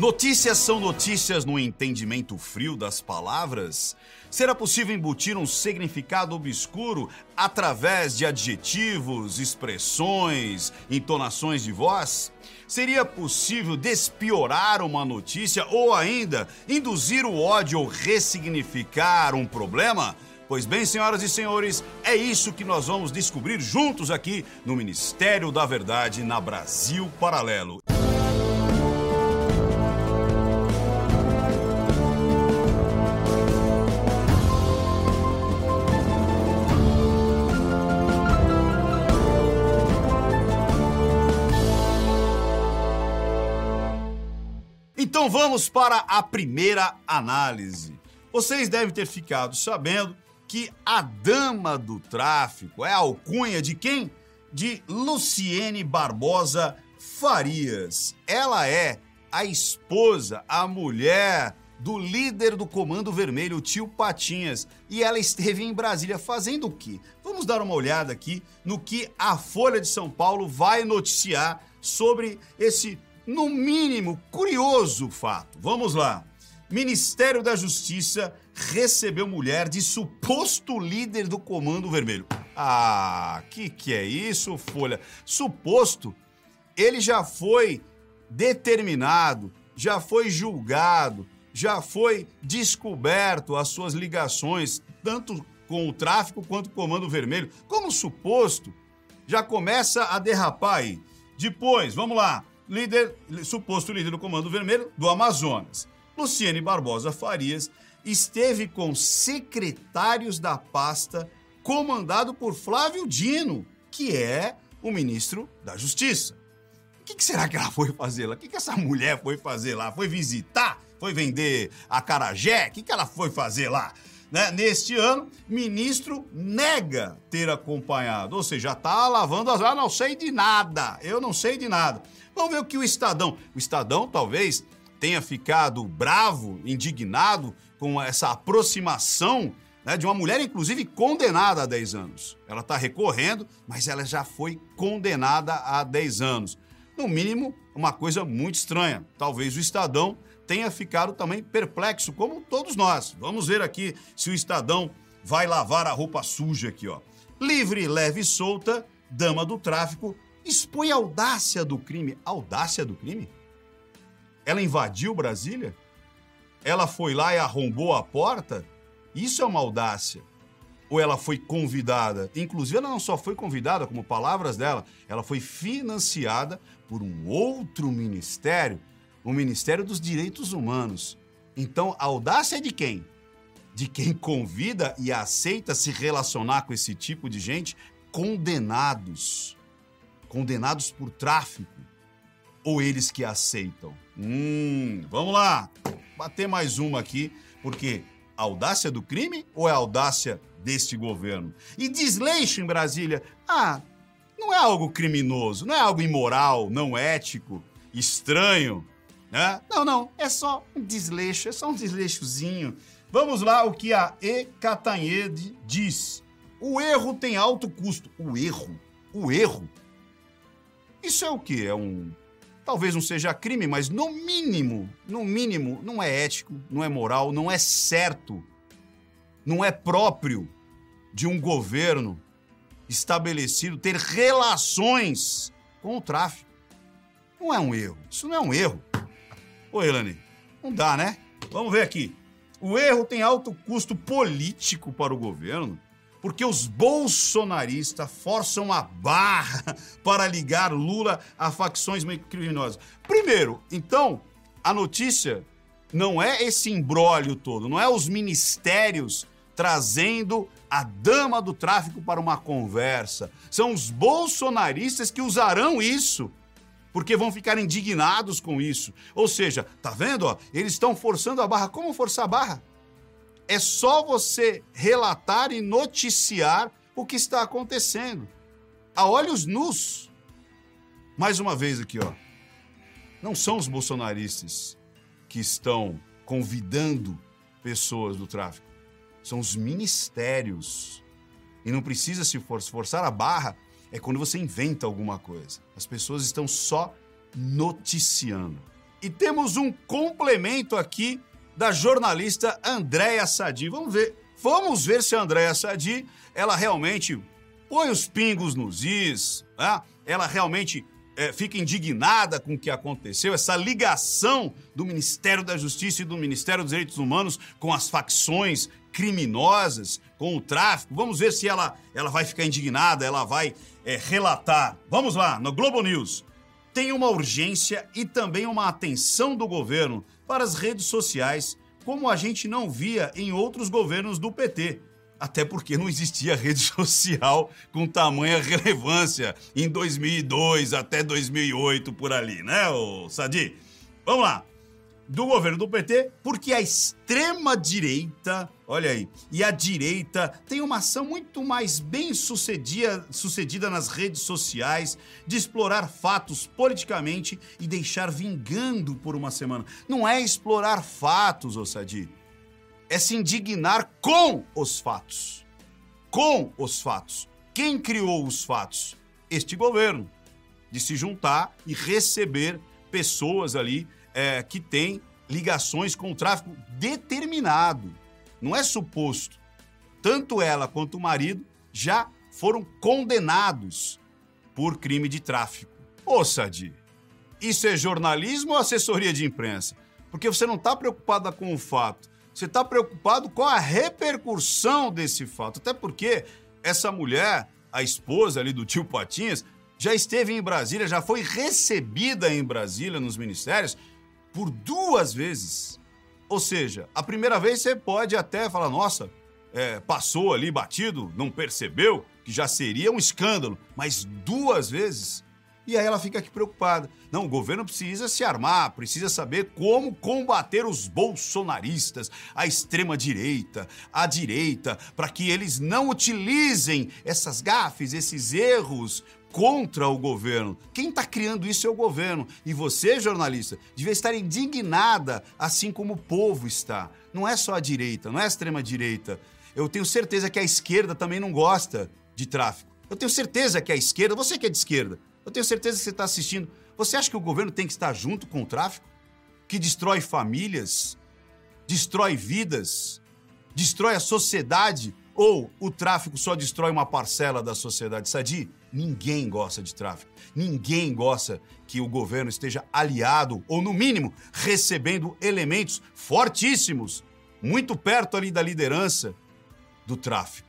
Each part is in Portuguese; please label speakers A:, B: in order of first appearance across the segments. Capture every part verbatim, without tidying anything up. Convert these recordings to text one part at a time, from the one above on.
A: Notícias são notícias no entendimento frio das palavras? Será possível embutir um significado obscuro através de adjetivos, expressões, entonações de voz? Seria possível despiorar uma notícia ou ainda induzir o ódio ou ressignificar um problema? Pois bem, senhoras e senhores, é isso que nós vamos descobrir juntos aqui no Ministério da Verdade na Brasil Paralelo. Então vamos para a primeira análise. Vocês devem ter ficado sabendo que a dama do tráfico é a alcunha de quem? De Luciene Barbosa Farias. Ela é a esposa, a mulher do líder do Comando Vermelho, o tio Patinhas. E ela esteve em Brasília fazendo o quê? Vamos dar uma olhada aqui no que a Folha de São Paulo vai noticiar sobre esse, no mínimo, curioso fato. Vamos lá. Ministério da Justiça recebeu mulher de suposto líder do Comando Vermelho. Ah, que que é isso, Folha? Suposto? Ele já foi determinado, já foi julgado, já foi descoberto as suas ligações, tanto com o tráfico quanto com o Comando Vermelho. Como suposto, já começa a derrapar aí. Depois, vamos lá, líder, suposto líder do Comando Vermelho do Amazonas. Luciene Barbosa Farias esteve com secretários da pasta comandado por Flávio Dino, que é o ministro da Justiça. O que, que será que ela foi fazer lá? O que, que essa mulher foi fazer lá? Foi visitar? Foi vender acarajé? O que, que ela foi fazer lá? Né? Neste ano, ministro nega ter acompanhado, ou seja, já está lavando as... Ah, não sei de nada, eu não sei de nada. Vamos ver o que o Estadão... O Estadão, talvez, tenha ficado bravo, indignado com essa aproximação, né, de uma mulher, inclusive, condenada há dez anos. Ela está recorrendo, mas ela já foi condenada há dez anos. No mínimo, uma coisa muito estranha. Talvez o Estadão tenha ficado também perplexo, como todos nós. Vamos ver aqui se o Estadão vai lavar a roupa suja aqui, ó. Livre, leve e solta, dama do tráfico expõe a audácia do crime. Audácia do crime? Ela invadiu Brasília? Ela foi lá e arrombou a porta? Isso é uma audácia. Ou ela foi convidada? Inclusive, ela não só foi convidada, como palavras dela, ela foi financiada por um outro ministério, o Ministério dos Direitos Humanos. Então, a audácia é de quem? De quem convida e aceita se relacionar com esse tipo de gente condenados. Condenados por tráfico. Ou eles que aceitam? Hum, vamos lá. Bater mais uma aqui, porque a audácia do crime ou é a audácia deste governo? E desleixo em Brasília, ah, não é algo criminoso, não é algo imoral, não ético, estranho, né? Não, não, é só um desleixo, é só um desleixozinho. Vamos lá, o que a E. Catanhede diz. O erro tem alto custo. O erro? O erro? Isso é o quê? É um... Talvez não seja crime, mas no mínimo, no mínimo, não é ético, não é moral, não é certo, não é próprio de um governo estabelecido ter relações com o tráfico. Não é um erro, isso não é um erro. Ô, Elane, não dá, né? Vamos ver aqui. O erro tem alto custo político para o governo, porque os bolsonaristas forçam a barra para ligar Lula a facções criminosas. Primeiro, então, a notícia não é esse imbróglio todo, não é os ministérios trazendo a dama do tráfico para uma conversa. São os bolsonaristas que usarão isso, porque vão ficar indignados com isso. Ou seja, tá vendo? Ó, eles estão forçando a barra. Como forçar a barra? É só você relatar e noticiar o que está acontecendo. A olhos nus. Mais uma vez aqui, ó. Não são os bolsonaristas que estão convidando pessoas do tráfico. São os ministérios. E não precisa se forçar a barra, é quando você inventa alguma coisa. As pessoas estão só noticiando. E temos um complemento aqui da jornalista Andréa Sadi. Vamos ver, vamos ver se a Andréa Sadi, ela realmente põe os pingos nos is, né? Ela realmente é, fica indignada com o que aconteceu, essa ligação do Ministério da Justiça e do Ministério dos Direitos Humanos com as facções criminosas, com o tráfico. Vamos ver se ela, ela vai ficar indignada, ela vai é, relatar. Vamos lá, no Globo News. Tem uma urgência e também uma atenção do governo para as redes sociais, como a gente não via em outros governos do P T. Até porque não existia rede social com tamanha relevância em dois mil e dois até dois mil e oito, por ali, né, ô Sadi? Vamos lá. Do governo do P T, porque a extrema-direita, olha aí, e a direita tem uma ação muito mais bem sucedida, sucedida nas redes sociais, de explorar fatos politicamente e deixar vingando por uma semana. Não é explorar fatos, ô Sadi, é se indignar com os fatos. Com os fatos. Quem criou os fatos? Este governo. De se juntar e receber pessoas ali É, que tem ligações com o tráfico determinado. Não é suposto. Tanto ela quanto o marido já foram condenados por crime de tráfico. Ô, Sadi, isso é jornalismo ou assessoria de imprensa? Porque você não está preocupada com o fato. Você está preocupado com a repercussão desse fato. Até porque essa mulher, a esposa ali do tio Patinhas, já esteve em Brasília, já foi recebida em Brasília nos ministérios por duas vezes. Ou seja, a primeira vez você pode até falar, nossa, é, passou ali batido, não percebeu, que já seria um escândalo. Mas duas vezes? E aí ela fica aqui preocupada. Não, o governo precisa se armar, precisa saber como combater os bolsonaristas, a extrema-direita, a direita, para que eles não utilizem essas gafes, esses erros contra o governo. Quem está criando isso é o governo. E você, jornalista, devia estar indignada, assim como o povo está. Não é só a direita, não é a extrema-direita. Eu tenho certeza que a esquerda também não gosta de tráfico. Eu tenho certeza que a esquerda, você que é de esquerda, eu tenho certeza que você está assistindo. Você acha que o governo tem que estar junto com o tráfico? Que destrói famílias, destrói vidas, destrói a sociedade? Ou o tráfico só destrói uma parcela da sociedade? Sadi, ninguém gosta de tráfico. Ninguém gosta que o governo esteja aliado, ou no mínimo, recebendo elementos fortíssimos, muito perto ali da liderança do tráfico.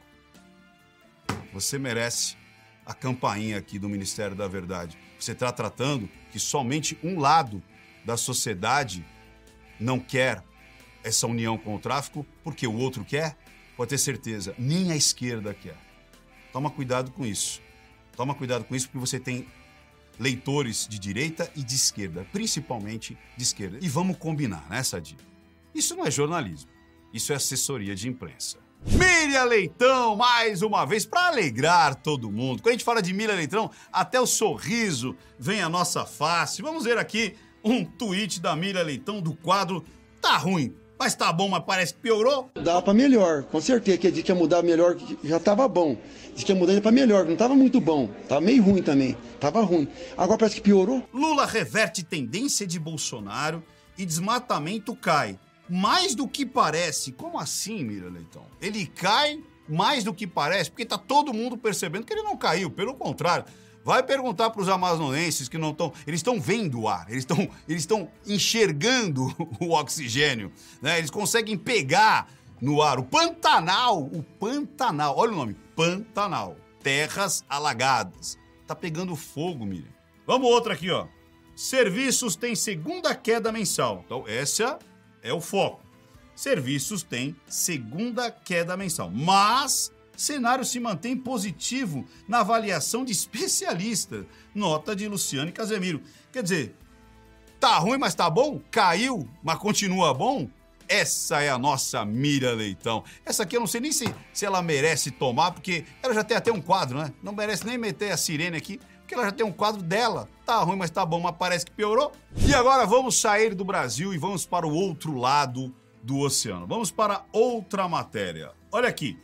A: Você merece a campainha aqui do Ministério da Verdade. Você está tratando que somente um lado da sociedade não quer essa união com o tráfico, porque o outro quer? Pode ter certeza, nem a esquerda quer. Toma cuidado com isso. Toma cuidado com isso, porque você tem leitores de direita e de esquerda, principalmente de esquerda. E vamos combinar, né, Sadi? Isso não é jornalismo, isso é assessoria de imprensa. Miriam Leitão, mais uma vez, para alegrar todo mundo. Quando a gente fala de Miriam Leitão, até o sorriso vem à nossa face. Vamos ver aqui um tweet da Miriam Leitão do quadro Tá Ruim, mas tá bom, mas parece que piorou.
B: Dava pra melhor, com certeza. Que disse que ia mudar melhor, que já tava bom. Disse que ia mudar pra melhor, que não tava muito bom. Tava meio ruim também, tava ruim. Agora parece que piorou.
A: Lula reverte tendência de Bolsonaro e desmatamento cai. Mais do que parece. Como assim, Miriam Leitão? Ele cai mais do que parece, porque tá todo mundo percebendo que ele não caiu, pelo contrário. Vai perguntar para os amazonenses que não estão... Eles estão vendo o ar, eles estão eles estão enxergando o oxigênio, né? Eles conseguem pegar no ar. O Pantanal, o Pantanal, olha o nome, Pantanal, terras alagadas. Tá pegando fogo, Miriam. Vamos outra aqui, ó. Serviços têm segunda queda mensal. Então, essa é o foco. Serviços têm segunda queda mensal, mas cenário se mantém positivo na avaliação de especialista. Nota de Luciane Casemiro. Quer dizer, tá ruim, mas tá bom? Caiu, mas continua bom? Essa é a nossa Miriam Leitão. Essa aqui eu não sei nem se, se ela merece tomar, porque ela já tem até um quadro, né? Não merece nem meter a sirene aqui, porque ela já tem um quadro dela. Tá ruim, mas tá bom, mas parece que piorou. E agora vamos sair do Brasil e vamos para o outro lado do oceano. Vamos para outra matéria. Olha aqui.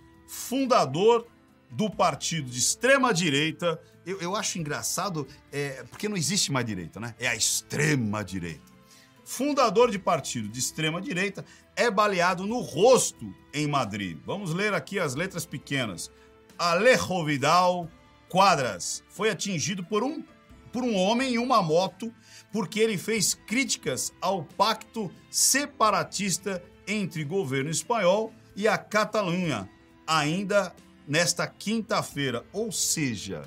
A: Fundador do partido de extrema-direita. Eu, eu acho engraçado, é, porque não existe mais direita, né? É a extrema-direita. fundador de partido de extrema-direita, é baleado no rosto em Madrid. Vamos ler aqui as letras pequenas. Alejo Vidal Quadras foi atingido por um, por um homem em uma moto porque ele fez críticas ao pacto separatista entre governo espanhol e a Catalunha, ainda nesta quinta-feira. Ou seja,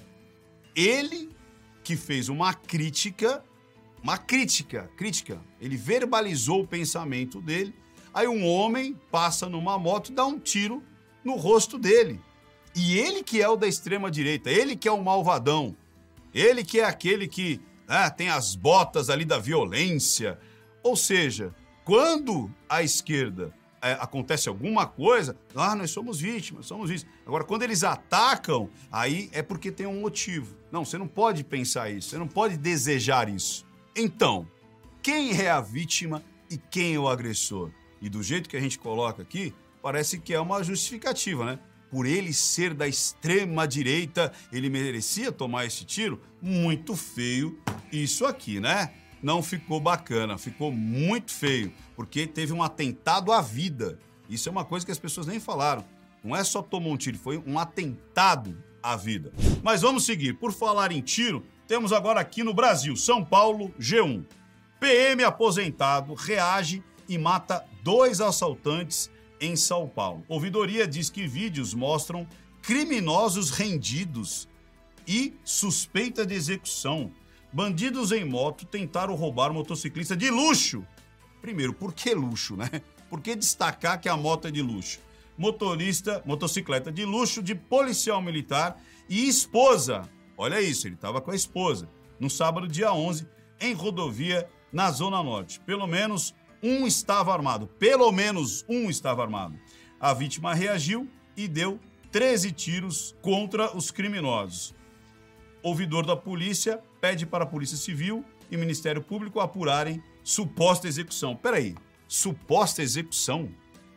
A: ele que fez uma crítica, uma crítica, crítica, ele verbalizou o pensamento dele, aí um homem passa numa moto e dá um tiro no rosto dele. E ele que é o da extrema-direita, ele que é o malvadão, ele que é aquele que ah, tem as botas ali da violência. Ou seja, quando a esquerda é, acontece alguma coisa, ah, nós somos vítimas, somos vítimas. Agora, quando eles atacam, aí é porque tem um motivo. Não, você não pode pensar isso, você não pode desejar isso. Então, quem é a vítima e quem é o agressor? E do jeito que a gente coloca aqui, parece que é uma justificativa, né? Por ele ser da extrema-direita, ele merecia tomar esse tiro? Muito feio isso aqui, né? Não ficou bacana, ficou muito feio, porque teve um atentado à vida. Isso é uma coisa que as pessoas nem falaram. Não é só tomar um tiro, foi um atentado à vida. Mas vamos seguir. Por falar em tiro, temos agora aqui no Brasil, São Paulo, G um. P M aposentado reage e mata dois assaltantes em São Paulo. Ouvidoria diz que vídeos mostram criminosos rendidos e suspeita de execução. Bandidos em moto tentaram roubar motociclista de luxo. Primeiro, por que luxo, né? Por que destacar que a moto é de luxo? Motorista, motocicleta de luxo de policial militar e esposa. Olha isso, ele estava com a esposa. No sábado, dia onze, em rodovia na Zona Norte. Pelo menos um estava armado. Pelo menos um estava armado. A vítima reagiu e deu treze tiros contra os criminosos. Ouvidor da polícia pede para a Polícia Civil e Ministério Público apurarem suposta execução. Peraí, suposta execução?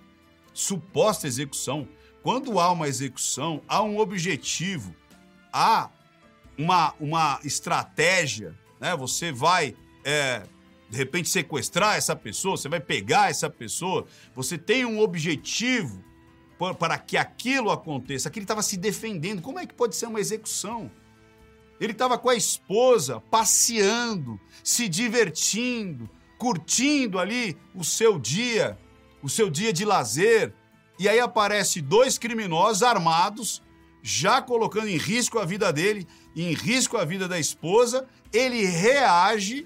A: Suposta execução? Quando há uma execução, há um objetivo, há uma, uma estratégia, né? Você vai, é, de repente, sequestrar essa pessoa, você vai pegar essa pessoa, você tem um objetivo para que aquilo aconteça. Aqui ele estava se defendendo. Como é que pode ser uma execução? Ele estava com a esposa, passeando, se divertindo, curtindo ali o seu dia, o seu dia de lazer. E aí aparece dois criminosos armados, já colocando em risco a vida dele, em risco a vida da esposa. Ele reage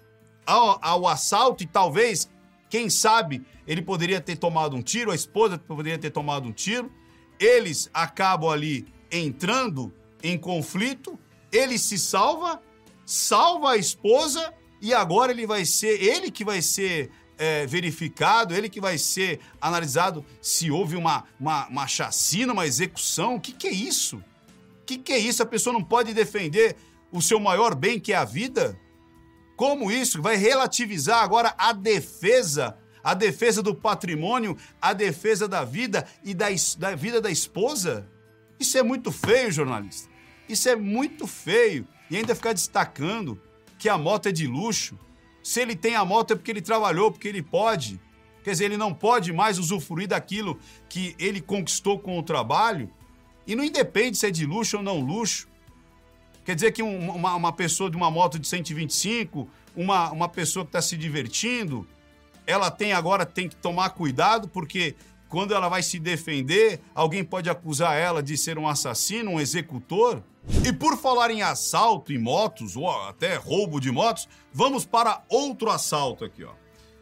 A: ao, ao assalto e talvez, quem sabe, ele poderia ter tomado um tiro, a esposa poderia ter tomado um tiro. Eles acabam ali entrando em conflito. Ele se salva, salva a esposa e agora ele vai ser, ele que vai ser é, verificado, ele que vai ser analisado se houve uma, uma, uma chacina, uma execução. O que, que é isso? O que, que é isso? A pessoa não pode defender o seu maior bem, que é a vida? Como isso? Vai relativizar agora a defesa, a defesa do patrimônio, a defesa da vida e da, da vida da esposa? Isso é muito feio, jornalista. Isso é muito feio. E ainda ficar destacando que a moto é de luxo. Se ele tem a moto é porque ele trabalhou, porque ele pode. Quer dizer, ele não pode mais usufruir daquilo que ele conquistou com o trabalho. E não independe se é de luxo ou não luxo. Quer dizer que um, uma, uma pessoa de uma moto de cento e vinte e cinco, uma, uma pessoa que está se divertindo, ela tem agora tem que tomar cuidado, porque quando ela vai se defender, alguém pode acusar ela de ser um assassino, um executor. E por falar em assalto em motos, ou até roubo de motos, vamos para outro assalto aqui, ó.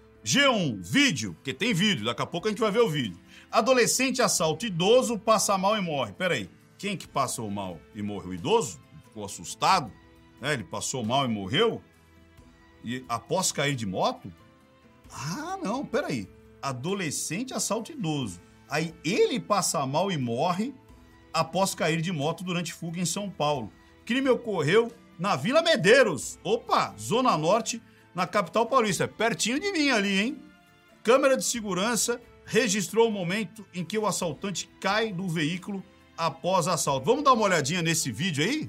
A: G um, vídeo, porque tem vídeo, daqui a pouco a gente vai ver o vídeo. Adolescente assalta idoso, passa mal e morre. Peraí, quem que passou mal e morreu? O idoso? Ficou assustado? É, ele passou mal e morreu? E após cair de moto? Ah, não, peraí. Adolescente assalta idoso. Aí ele passa mal e morre após cair de moto durante fuga em São Paulo. Crime ocorreu na Vila Medeiros. Opa, Zona Norte, na capital paulista. Pertinho de mim ali, hein? Câmera de segurança registrou o momento em que o assaltante cai do veículo após assalto. Vamos dar uma olhadinha nesse vídeo aí?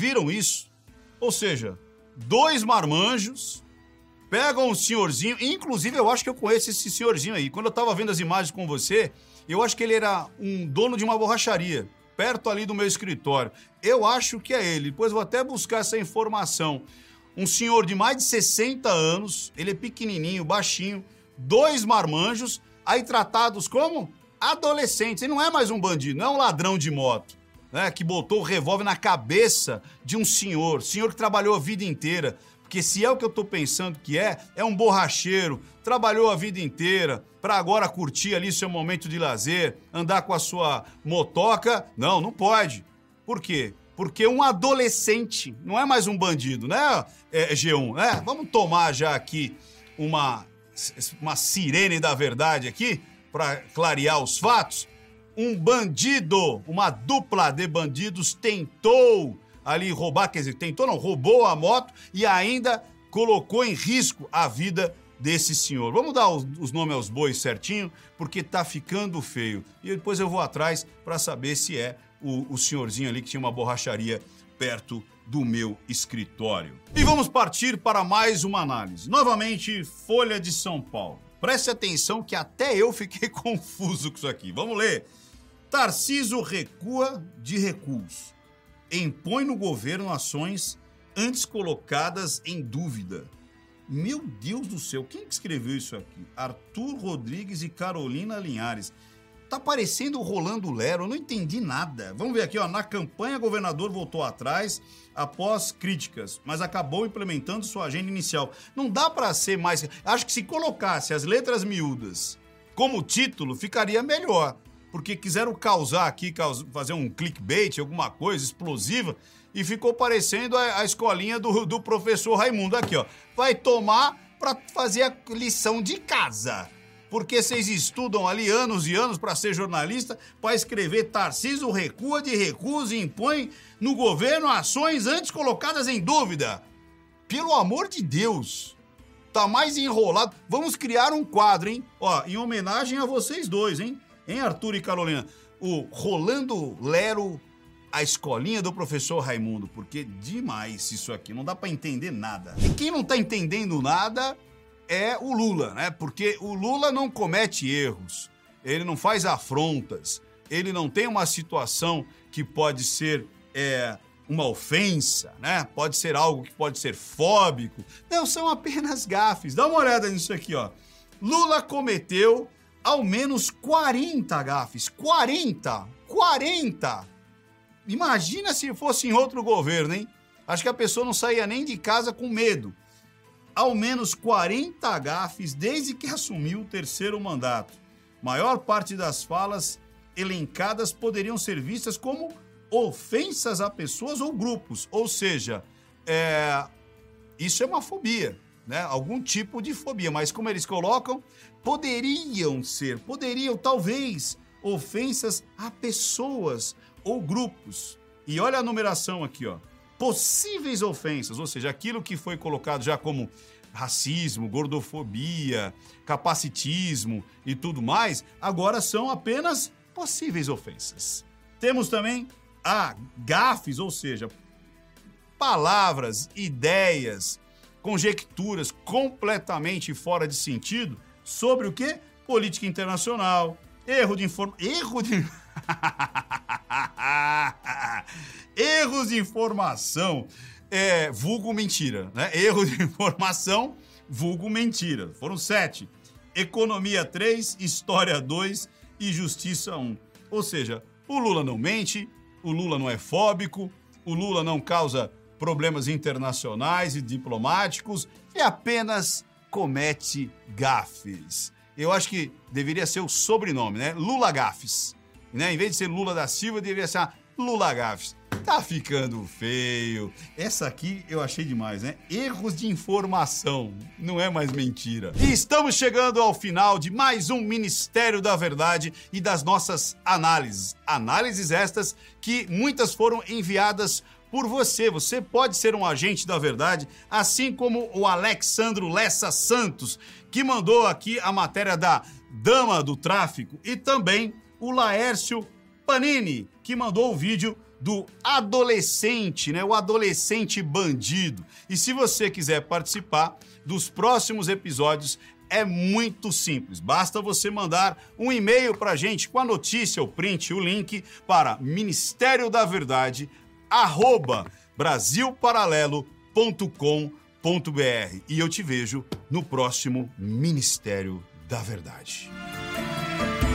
A: viram isso? Ou seja, dois marmanjos pegam um senhorzinho, inclusive eu acho que eu conheço esse senhorzinho aí. Quando eu tava vendo as imagens com você, eu acho que ele era um dono de uma borracharia, perto ali do meu escritório. Eu acho que é ele, depois vou até buscar essa informação. Um senhor de mais de sessenta anos, ele é pequenininho, baixinho, dois marmanjos, aí tratados como adolescentes. Ele não é mais um bandido, não é um ladrão de moto, né, que botou o revólver na cabeça de um senhor, senhor que trabalhou a vida inteira. Porque se é o que eu tô pensando que é, é um borracheiro, trabalhou a vida inteira para agora curtir ali seu momento de lazer, andar com a sua motoca. Não, não pode. Por quê? Porque um adolescente não é mais um bandido, né, é, G um? Né? Vamos tomar já aqui uma, uma sirene da verdade aqui, para clarear os fatos. Um bandido, uma dupla de bandidos tentou ali roubar, quer dizer, tentou não, roubou a moto e ainda colocou em risco a vida desse senhor. Vamos dar os, os nomes aos bois certinho, porque tá ficando feio. E depois eu vou atrás para saber se é o, o senhorzinho ali que tinha uma borracharia perto do meu escritório. E vamos partir para mais uma análise. Novamente, Folha de São Paulo. Preste atenção que até eu fiquei confuso com isso aqui. Vamos ler. Tarcísio recua de recuos. Impõe no governo ações antes colocadas em dúvida. Meu Deus do céu, quem que escreveu isso aqui? Arthur Rodrigues e Carolina Linhares. Tá parecendo o Rolando Lero, eu não entendi nada. Vamos ver aqui, ó. Na campanha, o governador voltou atrás após críticas, mas acabou implementando sua agenda inicial. Não dá para ser mais... Acho que se colocasse as letras miúdas como título, ficaria melhor. Porque quiseram causar aqui, fazer um clickbait, alguma coisa explosiva, e ficou parecendo a, a escolinha do, do professor Raimundo. Aqui, ó. Vai tomar para fazer a lição de casa. Porque vocês estudam ali anos e anos para ser jornalista, para escrever Tarcísio recua de recuos e impõe no governo ações antes colocadas em dúvida. Pelo amor de Deus, tá mais enrolado. Vamos criar um quadro, hein? Ó, em homenagem a vocês dois, hein? Hein, Arthur e Carolina? O Rolando Lero, a escolinha do professor Raimundo, porque demais isso aqui, não dá para entender nada. E quem não tá entendendo nada é o Lula, né? Porque o Lula não comete erros, ele não faz afrontas, ele não tem uma situação que pode ser é, uma ofensa, né? Pode ser algo que pode ser fóbico. Não, são apenas gafes. Dá uma olhada nisso aqui, ó. Lula cometeu ao menos quarenta gafes. quarenta! quarenta! Imagina se fosse em outro governo, hein? Acho que a pessoa não saía nem de casa com medo. Ao menos quarenta gafes desde que assumiu o terceiro mandato. Maior parte das falas elencadas poderiam ser vistas como ofensas a pessoas ou grupos. Ou seja, é... isso é uma fobia, né? Algum tipo de fobia. Mas como eles colocam, poderiam ser, poderiam talvez, ofensas a pessoas ou grupos. E olha a numeração aqui, ó. Possíveis ofensas, ou seja, aquilo que foi colocado já como racismo, gordofobia, capacitismo e tudo mais, agora são apenas possíveis ofensas. Temos também a gafes, ou seja, palavras, ideias, conjecturas completamente fora de sentido sobre o quê? Política internacional, erro de informação... Erro de... Erros de informação, é, vulgo mentira, né? Erro de informação, vulgo mentira. Foram sete. Economia três, História dois e Justiça um. Ou seja, o Lula não mente, o Lula não é fóbico, o Lula não causa problemas internacionais e diplomáticos e apenas comete gafes. Eu acho que deveria ser o sobrenome, né? Lula Gafes. Né? Em vez de ser Lula da Silva, deveria ser Lula Gafes. Tá ficando feio. Essa aqui eu achei demais, né? Erros de informação. Não é mais mentira. E estamos chegando ao final de mais um Ministério da Verdade e das nossas análises. Análises estas que muitas foram enviadas por você. Você pode ser um agente da verdade, assim como o Alexandro Lessa Santos, que mandou aqui a matéria da Dama do Tráfico, e também o Laércio Panini, que mandou o vídeo do adolescente, né? O adolescente bandido. E se você quiser participar dos próximos episódios, é muito simples. Basta você mandar um e-mail pra gente com a notícia, o print, o link para ministério da verdade arroba brasil paralelo ponto com ponto br. E eu te vejo no próximo Ministério da Verdade.